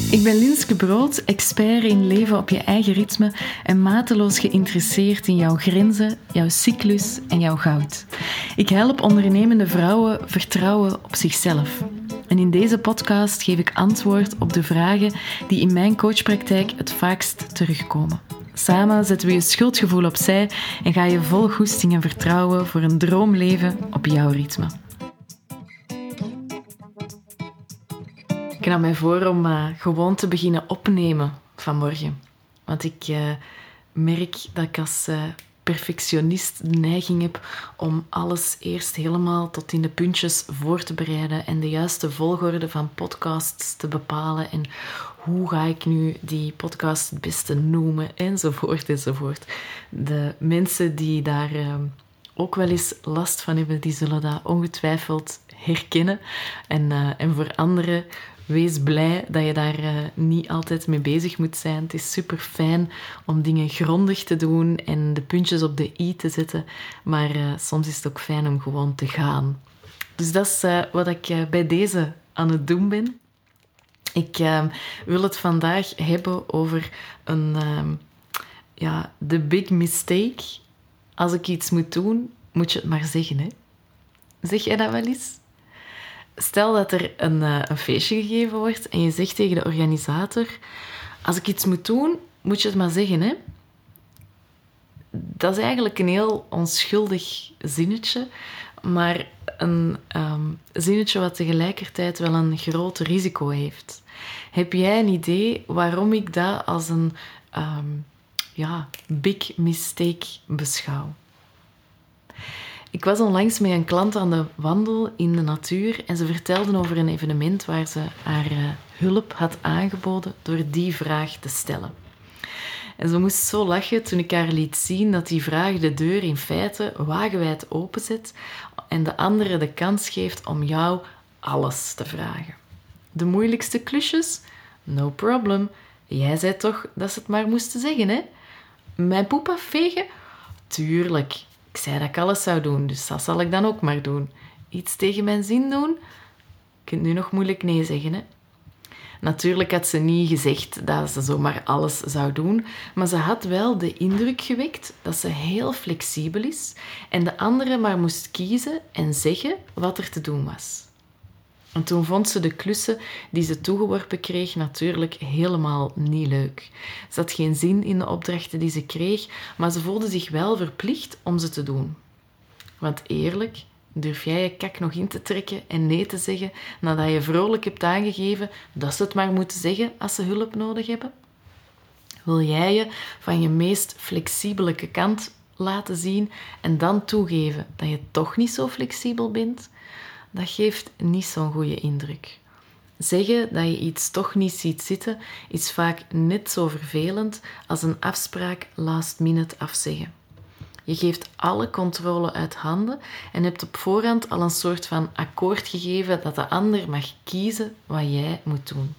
Ik ben Linske Brood, expert in leven op je eigen ritme en mateloos geïnteresseerd in jouw grenzen, jouw cyclus en jouw goud. Ik help ondernemende vrouwen vertrouwen op zichzelf. En in deze podcast geef ik antwoord op de vragen die in mijn coachpraktijk het vaakst terugkomen. Samen zetten we je schuldgevoel opzij en ga je vol goesting en vertrouwen voor een droomleven op jouw ritme. Ik nam mij voor om gewoon te beginnen opnemen vanmorgen. Want ik merk dat ik als perfectionist de neiging heb om alles eerst helemaal tot in de puntjes voor te bereiden en de juiste volgorde van podcasts te bepalen en hoe ga ik nu die podcast het beste noemen, enzovoort, enzovoort. De mensen die daar ook wel eens last van hebben, die zullen dat ongetwijfeld herkennen. En voor anderen, wees blij dat je daar niet altijd mee bezig moet zijn. Het is super fijn om dingen grondig te doen en de puntjes op de i te zetten. Maar soms is het ook fijn om gewoon te gaan. Dus dat is wat ik bij deze aan het doen ben. Ik wil het vandaag hebben over de big mistake. Als ik iets moet doen, moet je het maar zeggen. Hè? Zeg jij dat wel eens? Stel dat er een feestje gegeven wordt en je zegt tegen de organisator: als ik iets moet doen, moet je het maar zeggen. Hè? Dat is eigenlijk een heel onschuldig zinnetje, maar een zinnetje wat tegelijkertijd wel een groot risico heeft. Heb jij een idee waarom ik dat als een big mistake beschouw? Ik was onlangs met een klant aan de wandel in de natuur en ze vertelde over een evenement waar ze haar hulp had aangeboden door die vraag te stellen. En ze moest zo lachen toen ik haar liet zien dat die vraag de deur in feite wagenwijd openzet en de andere de kans geeft om jou alles te vragen. De moeilijkste klusjes? No problem. Jij zei toch dat ze het maar moesten zeggen, hè? Mijn poep afvegen? Tuurlijk. Ik zei dat ik alles zou doen, dus dat zal ik dan ook maar doen. Iets tegen mijn zin doen? Je kunt nu nog moeilijk nee zeggen, hè? Natuurlijk had ze niet gezegd dat ze zomaar alles zou doen, maar ze had wel de indruk gewekt dat ze heel flexibel is en de andere maar moest kiezen en zeggen wat er te doen was. En toen vond ze de klussen die ze toegeworpen kreeg natuurlijk helemaal niet leuk. Ze had geen zin in de opdrachten die ze kreeg, maar ze voelde zich wel verplicht om ze te doen. Want eerlijk, durf jij je kak nog in te trekken en nee te zeggen nadat je vrolijk hebt aangegeven dat ze het maar moeten zeggen als ze hulp nodig hebben? Wil jij je van je meest flexibele kant laten zien en dan toegeven dat je toch niet zo flexibel bent? Dat geeft niet zo'n goede indruk. Zeggen dat je iets toch niet ziet zitten is vaak net zo vervelend als een afspraak last minute afzeggen. Je geeft alle controle uit handen en hebt op voorhand al een soort van akkoord gegeven dat de ander mag kiezen wat jij moet doen.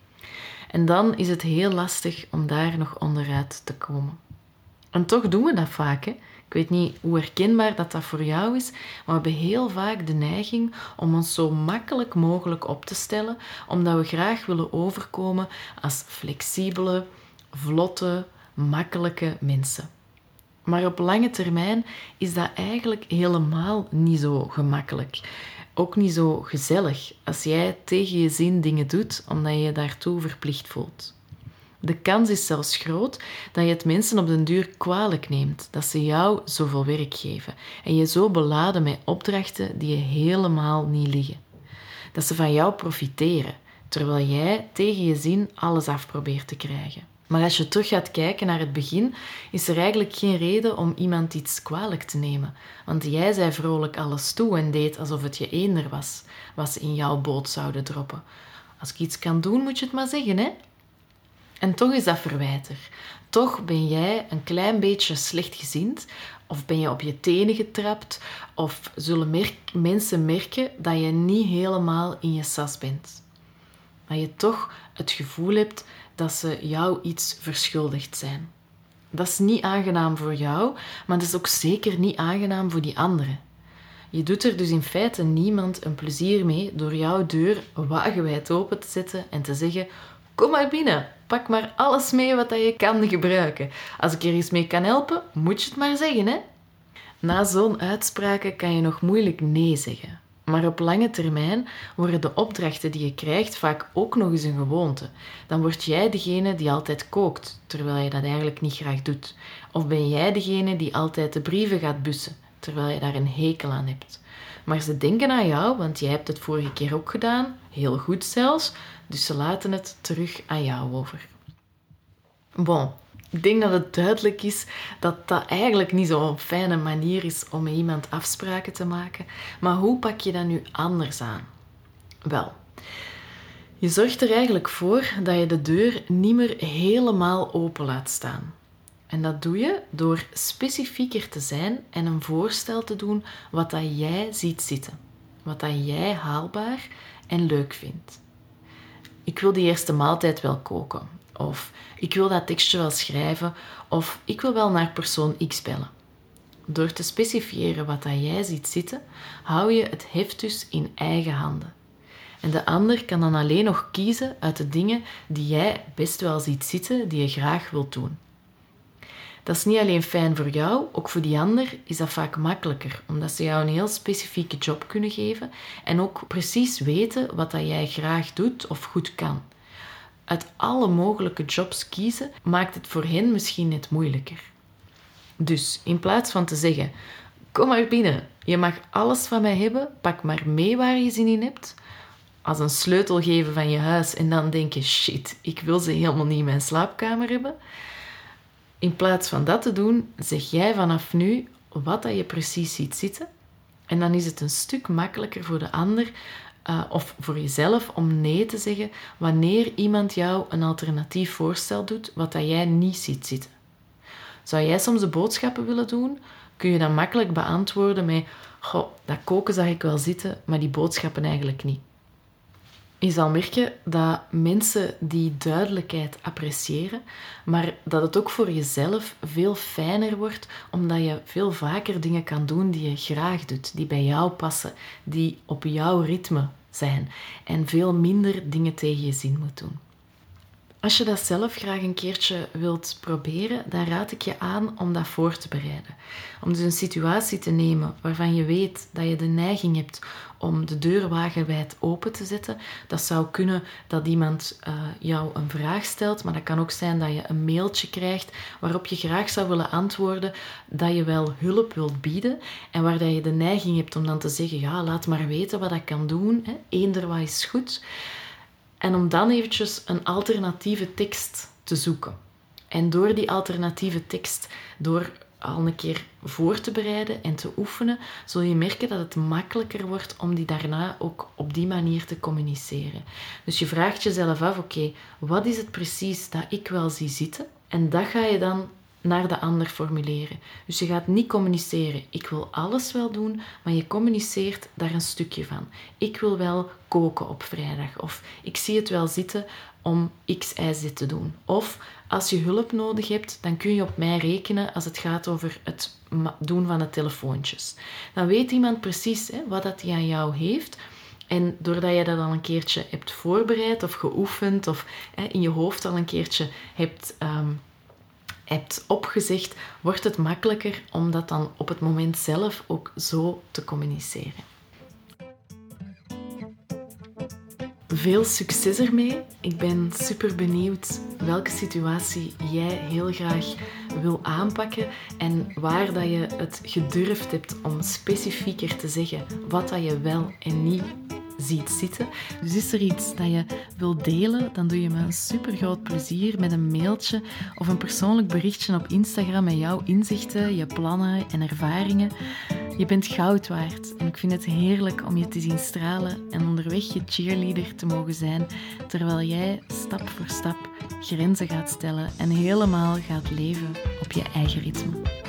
En dan is het heel lastig om daar nog onderuit te komen. En toch doen we dat vaak, hè? Ik weet niet hoe herkenbaar dat voor jou is, maar we hebben heel vaak de neiging om ons zo makkelijk mogelijk op te stellen, omdat we graag willen overkomen als flexibele, vlotte, makkelijke mensen. Maar op lange termijn is dat eigenlijk helemaal niet zo gemakkelijk. Ook niet zo gezellig als jij tegen je zin dingen doet omdat je je daartoe verplicht voelt. De kans is zelfs groot dat je het mensen op den duur kwalijk neemt dat ze jou zoveel werk geven en je zo beladen met opdrachten die je helemaal niet liggen. Dat ze van jou profiteren, terwijl jij tegen je zin alles af probeert te krijgen. Maar als je terug gaat kijken naar het begin, is er eigenlijk geen reden om iemand iets kwalijk te nemen. Want jij zei vrolijk alles toe en deed alsof het je eender was, wat ze in jouw boot zouden droppen. Als ik iets kan doen, moet je het maar zeggen, hè? En toch is dat verwijter. Toch ben jij een klein beetje slechtgezind, of ben je op je tenen getrapt, of zullen mensen merken dat je niet helemaal in je sas bent. Dat je toch het gevoel hebt dat ze jou iets verschuldigd zijn. Dat is niet aangenaam voor jou, maar dat is ook zeker niet aangenaam voor die anderen. Je doet er dus in feite niemand een plezier mee door jouw deur wagenwijd open te zetten en te zeggen: Kom maar binnen. Pak maar alles mee wat je kan gebruiken. Als ik er iets mee kan helpen, moet je het maar zeggen, hè? Na zo'n uitspraken kan je nog moeilijk nee zeggen. Maar op lange termijn worden de opdrachten die je krijgt vaak ook nog eens een gewoonte. Dan word jij degene die altijd kookt, terwijl je dat eigenlijk niet graag doet. Of ben jij degene die altijd de brieven gaat bussen, terwijl je daar een hekel aan hebt. Maar ze denken aan jou, want jij hebt het vorige keer ook gedaan, heel goed zelfs, dus ze laten het terug aan jou over. Bon, ik denk dat het duidelijk is dat dat eigenlijk niet zo'n fijne manier is om met iemand afspraken te maken. Maar hoe pak je dat nu anders aan? Wel, je zorgt er eigenlijk voor dat je de deur niet meer helemaal open laat staan. En dat doe je door specifieker te zijn en een voorstel te doen wat dat jij ziet zitten. Wat dat jij haalbaar en leuk vindt. Ik wil die eerste maaltijd wel koken. Of ik wil dat tekstje wel schrijven. Of ik wil wel naar persoon X bellen. Door te specifiëren wat dat jij ziet zitten, hou je het heft dus in eigen handen. En de ander kan dan alleen nog kiezen uit de dingen die jij best wel ziet zitten, die je graag wilt doen. Dat is niet alleen fijn voor jou, ook voor die ander is dat vaak makkelijker, omdat ze jou een heel specifieke job kunnen geven en ook precies weten wat dat jij graag doet of goed kan. Uit alle mogelijke jobs kiezen maakt het voor hen misschien net moeilijker. Dus in plaats van te zeggen, kom maar binnen, je mag alles van mij hebben, pak maar mee waar je zin in hebt, als een sleutel geven van je huis en dan denken, shit, ik wil ze helemaal niet in mijn slaapkamer hebben. In plaats van dat te doen, zeg jij vanaf nu wat dat je precies ziet zitten. En dan is het een stuk makkelijker voor de ander of voor jezelf om nee te zeggen wanneer iemand jou een alternatief voorstel doet wat dat jij niet ziet zitten. Zou jij soms de boodschappen willen doen, kun je dat makkelijk beantwoorden met goh, dat koken zag ik wel zitten, maar die boodschappen eigenlijk niet. Je zal merken dat mensen die duidelijkheid appreciëren, maar dat het ook voor jezelf veel fijner wordt, omdat je veel vaker dingen kan doen die je graag doet, die bij jou passen, die op jouw ritme zijn en veel minder dingen tegen je zin moet doen. Als je dat zelf graag een keertje wilt proberen, dan raad ik je aan om dat voor te bereiden. Om dus een situatie te nemen waarvan je weet dat je de neiging hebt om de deur wagenwijd open te zetten. Dat zou kunnen dat iemand jou een vraag stelt, maar dat kan ook zijn dat je een mailtje krijgt waarop je graag zou willen antwoorden dat je wel hulp wilt bieden en waar dat je de neiging hebt om dan te zeggen, ja, laat maar weten wat ik kan doen, hè. Eender wat is goed. En om dan eventjes een alternatieve tekst te zoeken. En door die alternatieve tekst, door al een keer voor te bereiden en te oefenen, zul je merken dat het makkelijker wordt om die daarna ook op die manier te communiceren. Dus je vraagt jezelf af, oké, wat is het precies dat ik wel zie zitten? En dat ga je dan naar de ander formuleren. Dus je gaat niet communiceren, ik wil alles wel doen, maar je communiceert daar een stukje van. Ik wil wel koken op vrijdag, of ik zie het wel zitten om X, Y, Z te doen. Of als je hulp nodig hebt, dan kun je op mij rekenen als het gaat over het doen van de telefoontjes. Dan weet iemand precies wat dat hij aan jou heeft. En doordat je dat al een keertje hebt voorbereid of geoefend of in je hoofd al een keertje hebt opgezegd, wordt het makkelijker om dat dan op het moment zelf ook zo te communiceren. Veel succes ermee. Ik ben super benieuwd welke situatie jij heel graag wil aanpakken en waar dat je het gedurfd hebt om specifieker te zeggen wat dat je wel en niet ziet zitten. Dus is er iets dat je wilt delen, dan doe je me een super groot plezier met een mailtje of een persoonlijk berichtje op Instagram met jouw inzichten, je plannen en ervaringen. Je bent goud waard en ik vind het heerlijk om je te zien stralen en onderweg je cheerleader te mogen zijn, terwijl jij stap voor stap grenzen gaat stellen en helemaal gaat leven op je eigen ritme.